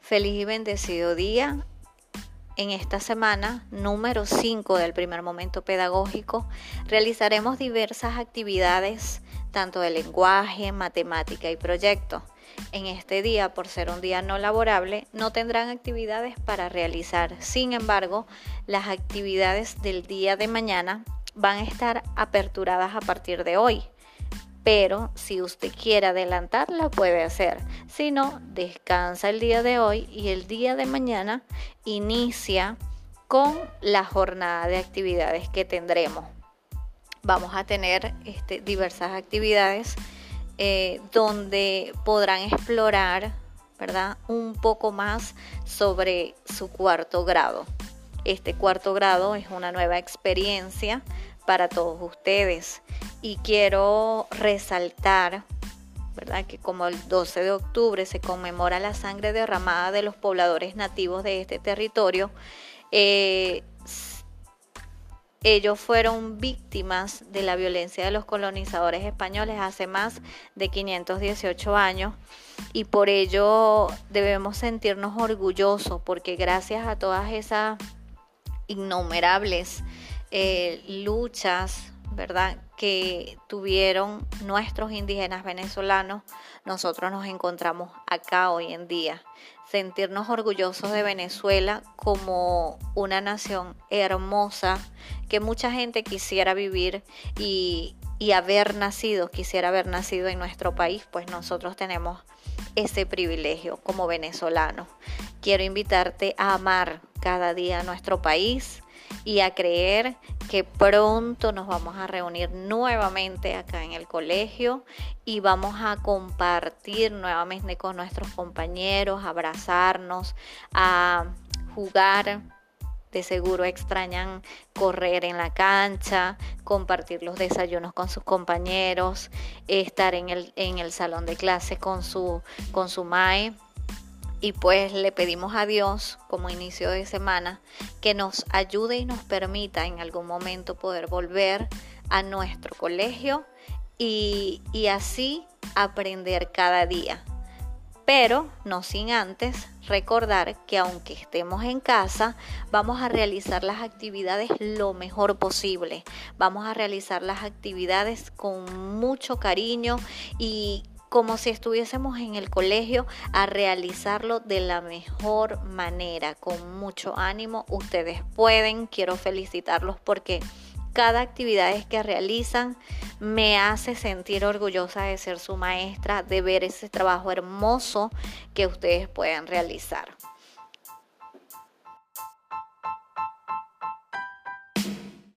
Feliz y bendecido día. En esta semana número 5 del primer momento pedagógico realizaremos diversas actividades, tanto de lenguaje, matemática y proyecto. En este día, por ser un día no laborable, no tendrán actividades para realizar. Sin embargo, las actividades del día de mañana van a estar aperturadas a partir de hoy. Pero si usted quiere adelantarla, puede hacer. Si no, descansa el día de hoy y el día de mañana inicia con la jornada de actividades que tendremos. Vamos a tener diversas actividades donde podrán explorar, ¿verdad?, un poco más sobre su cuarto grado. Este cuarto grado es una nueva experiencia para todos ustedes y quiero resaltar, ¿verdad?, que como el 12 de octubre se conmemora la sangre derramada de los pobladores nativos de este territorio, ellos fueron víctimas de la violencia de los colonizadores españoles hace más de 518 años y por ello debemos sentirnos orgullosos porque gracias a todas esas innumerables luchas, ¿verdad?, que tuvieron nuestros indígenas venezolanos, nosotros nos encontramos acá hoy en día. Sentirnos orgullosos de Venezuela como una nación hermosa que mucha gente quisiera vivir y quisiera haber nacido en nuestro país, pues nosotros tenemos ese privilegio como venezolanos. Quiero invitarte a amar cada día nuestro país y a creer que pronto nos vamos a reunir nuevamente acá en el colegio y vamos a compartir nuevamente con nuestros compañeros, a abrazarnos, a jugar. De seguro extrañan correr en la cancha, compartir los desayunos con sus compañeros, estar en el salón de clase con su mae. Y pues le pedimos a Dios, como inicio de semana, que nos ayude y nos permita en algún momento poder volver a nuestro colegio y así aprender cada día. Pero no sin antes recordar que aunque estemos en casa, vamos a realizar las actividades lo mejor posible. Vamos a realizar las actividades con mucho cariño y como si estuviésemos en el colegio, a realizarlo de la mejor manera, con mucho ánimo. Ustedes pueden, quiero felicitarlos porque cada actividad que realizan me hace sentir orgullosa de ser su maestra, de ver ese trabajo hermoso que ustedes pueden realizar.